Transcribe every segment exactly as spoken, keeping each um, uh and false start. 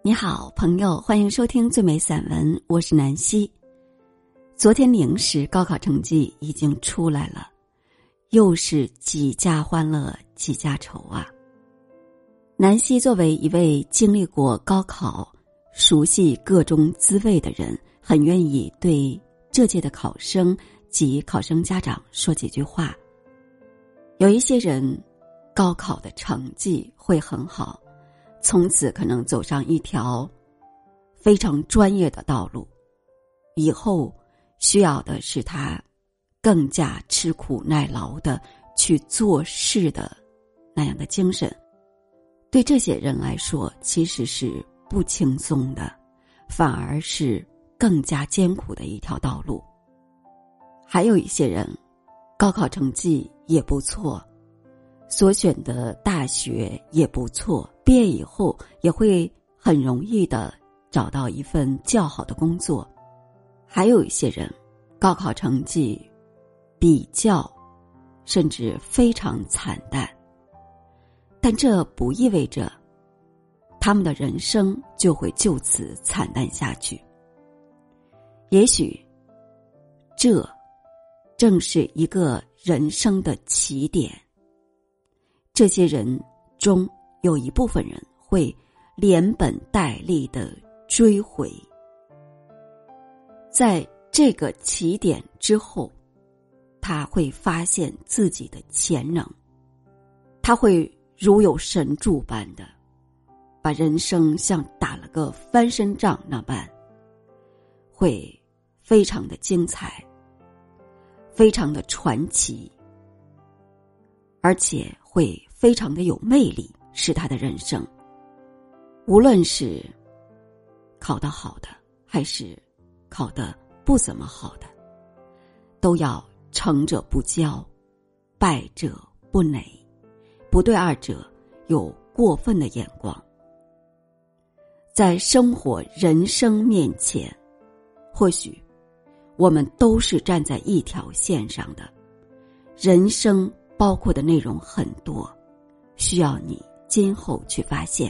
你好，朋友，欢迎收听最美散文，我是南希。昨天零时高考成绩已经出来了，又是几家欢乐几家愁啊。南希作为一位经历过高考、熟悉各种滋味的人，很愿意对这届的考生及考生家长说几句话。有一些人高考的成绩会很好，从此可能走上一条非常专业的道路，以后需要的是他更加吃苦耐劳的去做事的那样的精神。对这些人来说其实是不轻松的，反而是更加艰苦的一条道路。还有一些人高考成绩也不错，所选的大学也不错，毕业以后也会很容易的找到一份较好的工作。还有一些人高考成绩比较甚至非常惨淡，但这不意味着他们的人生就会就此惨淡下去。也许这正是一个人生的起点，这些人中有一部分人会连本带利的追回，在这个起点之后，他会发现自己的潜能，他会如有神助般的把人生像打了个翻身仗那般，会非常的精彩，非常的传奇，而且会非常的有魅力，是他的人生。无论是考得好的还是考得不怎么好的，都要成者不骄，败者不馁，不对二者有过分的眼光。在生活人生面前，或许我们都是站在一条线上的，人生包括的内容很多，需要你今后去发现。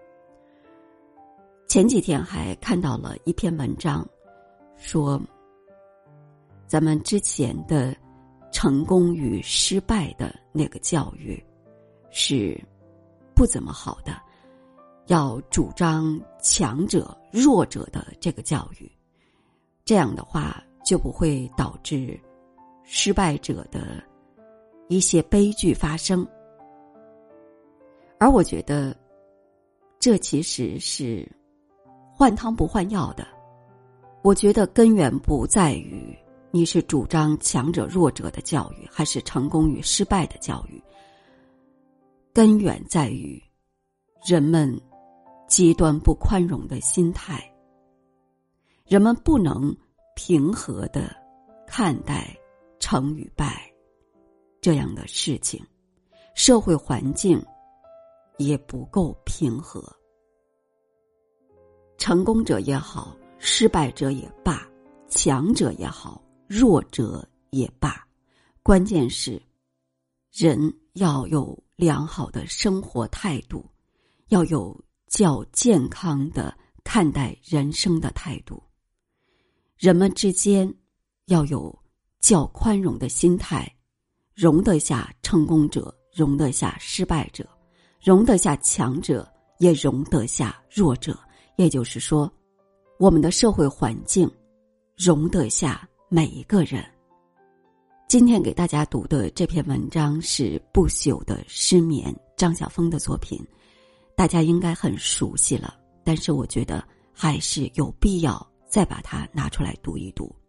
前几天还看到了一篇文章，说咱们之前的成功与失败的那个教育是不怎么好的，要主张强者弱者的这个教育，这样的话就不会导致失败者的一些悲剧发生。而我觉得这其实是换汤不换药的。我觉得根源不在于你是主张强者弱者的教育，还是成功与失败的教育，根源在于人们极端不宽容的心态。人们不能平和地看待成与败这样的事情，社会环境也不够平和。成功者也好，失败者也罢，强者也好，弱者也罢，关键是人要有良好的生活态度，要有较健康的看待人生的态度。人们之间要有较宽容的心态，容得下成功者，容得下失败者，容得下强者，也容得下弱者。也就是说，我们的社会环境容得下每一个人。今天给大家读的这篇文章是不朽的失眠，张晓峰的作品，大家应该很熟悉了，但是我觉得还是有必要再把它拿出来读一读。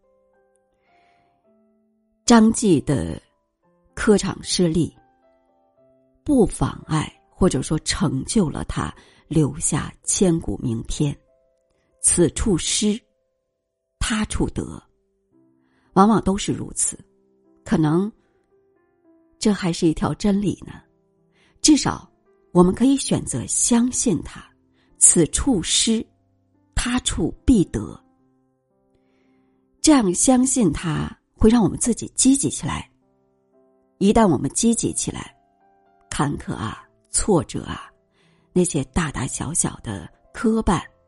张继的科场失利不妨碍或者说成就了他留下千古名篇。此处失，他处得，往往都是如此。可能这还是一条真理呢，至少我们可以选择相信它。此处失，他处必得。这样相信它会让我们自己积极起来。一旦我们积极起来，坎坷啊，挫折啊，那些大大小小的磕绊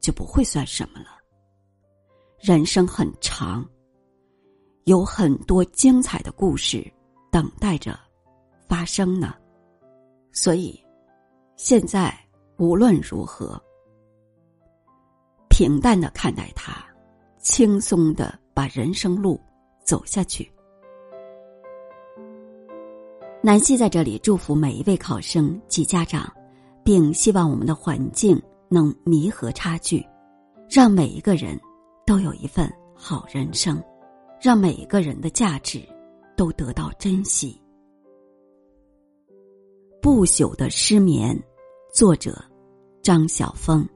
就不会算什么了。人生很长，有很多精彩的故事等待着发生呢。所以现在无论如何，平淡地看待它，轻松地把人生路走下去。南希在这里祝福每一位考生及家长，并希望我们的环境能弥合差距，让每一个人都有一份好人生，让每一个人的价值都得到珍惜。不朽的失眠，作者张晓峰。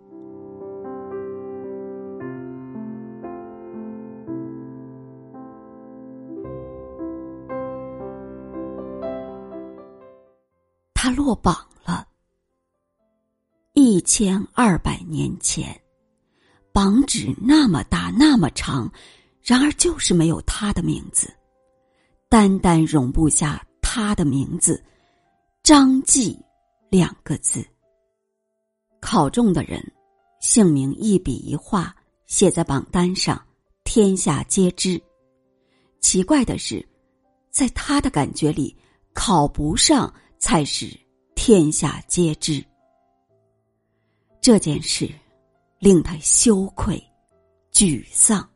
他落榜了。一千二百年前，榜纸那么大那么长，然而就是没有他的名字，单单容不下他的名字，张继两个字。考中的人姓名一笔一画写在榜单上，天下皆知。奇怪的是，在他的感觉里，考不上才是天下皆知。这件事令他羞愧沮丧。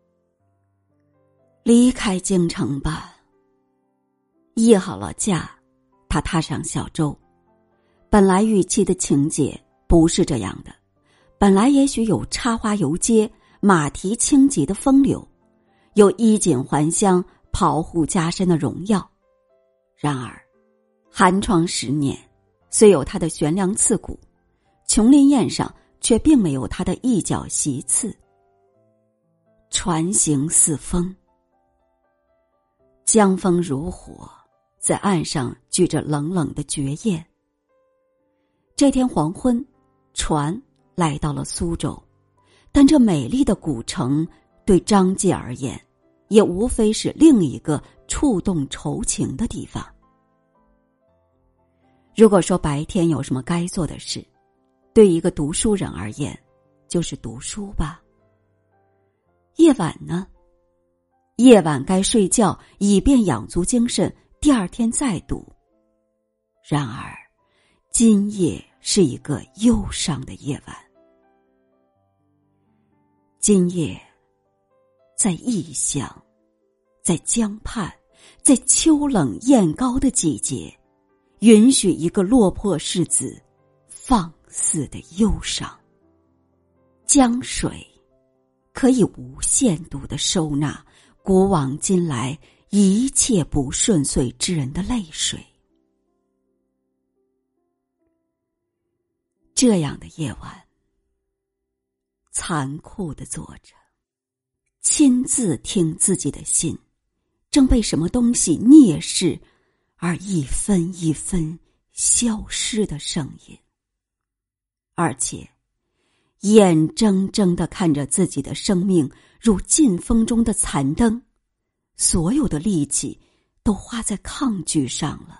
离开京城吧。议好了价，他踏上小舟。本来预期的情节不是这样的，本来也许有插花游街、马蹄轻疾的风流，有衣锦还乡、袍户加身的荣耀。然而寒窗十年，虽有他的悬梁刺股，琼林宴上却并没有他的一角席次。船行似风，江风如火，在岸上举着冷冷的绝艳。这天黄昏，船来到了苏州，但这美丽的古城对张继而言，也无非是另一个触动愁情的地方。如果说白天有什么该做的事，对一个读书人而言，就是读书吧。夜晚呢？夜晚该睡觉，以便养足精神，第二天再读。然而，今夜是一个忧伤的夜晚。今夜，在异乡，在江畔，在秋冷雁高的季节，允许一个落魄世子放肆的忧伤。江水可以无限度地收纳古往今来一切不顺遂之人的泪水。这样的夜晚，残酷地坐着，亲自听自己的心正被什么东西啮噬而一分一分消失的声音，而且眼睁睁地看着自己的生命如劲风中的残灯，所有的力气都花在抗拒上了。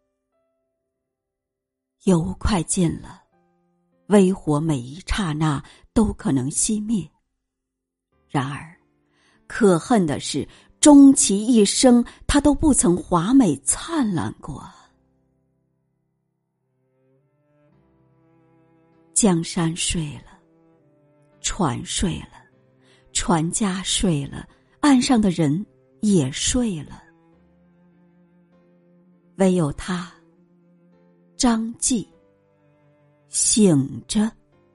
油快尽了，微火每一刹那都可能熄灭。然而可恨的是，终其一生他都不曾华美灿烂过。江山睡了，船睡了，船家睡了，岸上的人也睡了，唯有他张继醒着。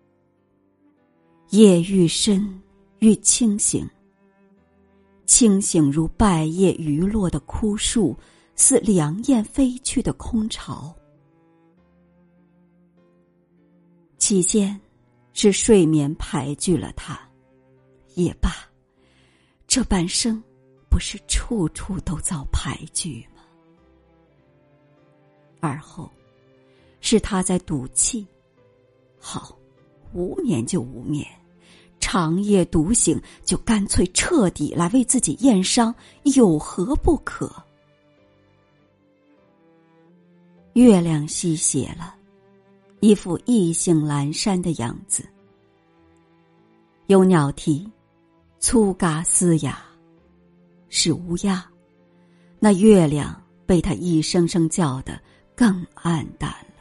夜愈深愈清醒，清醒如败叶余落的枯树，似凉雁飞去的空巢。起先是睡眠排拒了他，也罢，这半生不是处处都遭排拒吗？而后是他在赌气，好，无眠就无眠，长夜独醒，就干脆彻底来为自己验伤，有何不可？月亮西斜了，一副意兴阑珊的样子。 有鸟啼，粗嘎嘶哑，是乌鸦。那月亮被他一声声叫得更暗淡了。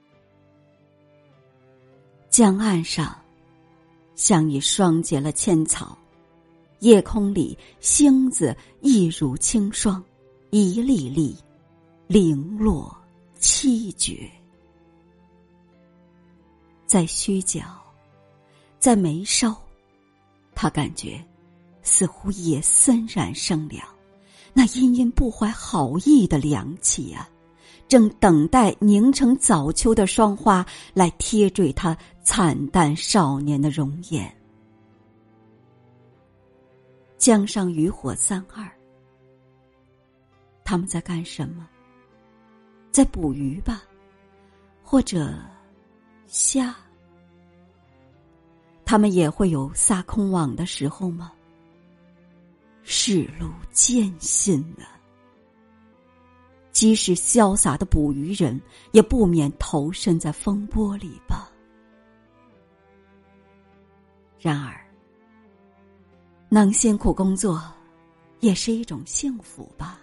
江岸上像已霜结了千草，夜空里星子一如清霜，一粒粒零落凄绝。在须角，在眉梢，他感觉似乎也森然生凉，那殷殷不怀好意的凉气啊，正等待凝成早秋的霜花来贴缀他惨淡少年的容颜。江上渔火三二，他们在干什么？在捕鱼吧，或者虾。他们也会有撒空网的时候吗？世路艰辛啊，即使潇洒的捕鱼人，也不免投身在风波里吧。然而，能辛苦工作，也是一种幸福吧。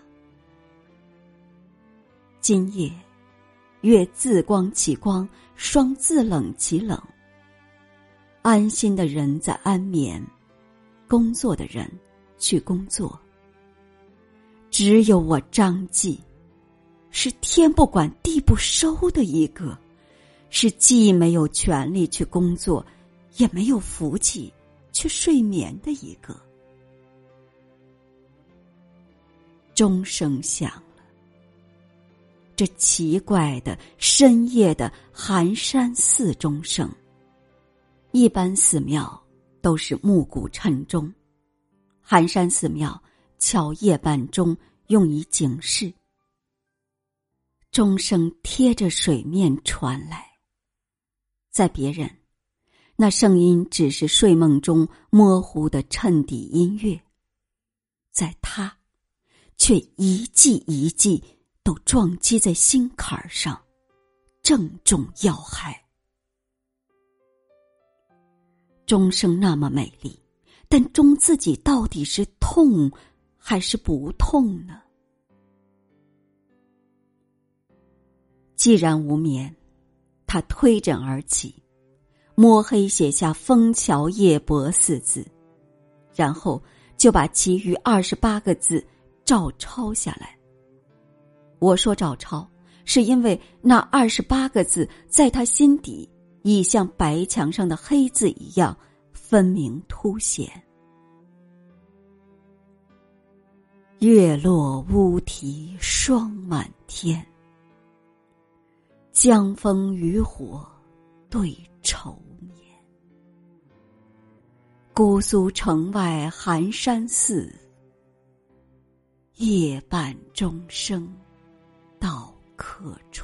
今夜，月自光其光，霜自冷其冷。安心的人在安眠，工作的人去工作。只有我张继，是天不管地不收的一个，是既没有权利去工作，也没有福气去睡眠的一个。钟声响了，这奇怪的深夜的寒山寺钟声。一般寺庙都是暮鼓晨钟，寒山寺庙敲夜半钟，用以警示。钟声贴着水面传来，在别人，那声音只是睡梦中模糊的衬底音乐，在他，却一记一记都撞击在心坎上，正中要害。钟声那么美丽，但钟自己到底是痛还是不痛呢？既然无眠，他推枕而起，摸黑写下枫桥夜泊四字，然后就把其余二十八个字照抄下来。我说照抄，是因为那二十八个字在他心底已像白墙上的黑字一样分明凸显。月落乌啼霜满天，江枫渔火对愁眠。姑苏城外寒山寺，夜半钟声到客船。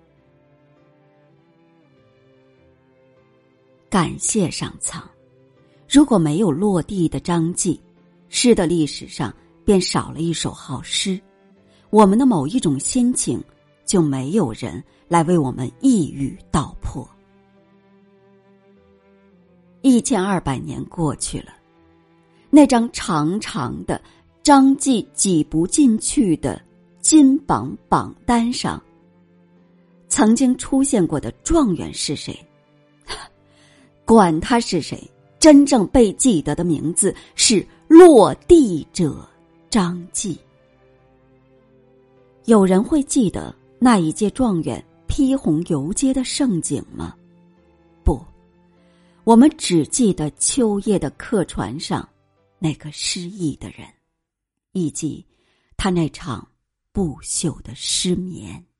感谢上苍，如果没有落地的张继，诗的历史上便少了一首好诗，我们的某一种心情就没有人来为我们一语道破。一千二百年过去了，那张长长的张继挤不进去的金榜榜单上，曾经出现过的状元是谁？管他是谁，真正被记得的名字是落地者张继。有人会记得那一届状元披红游街的盛景吗？不，我们只记得秋夜的客船上那个失意的人，以及他那场不朽的失眠。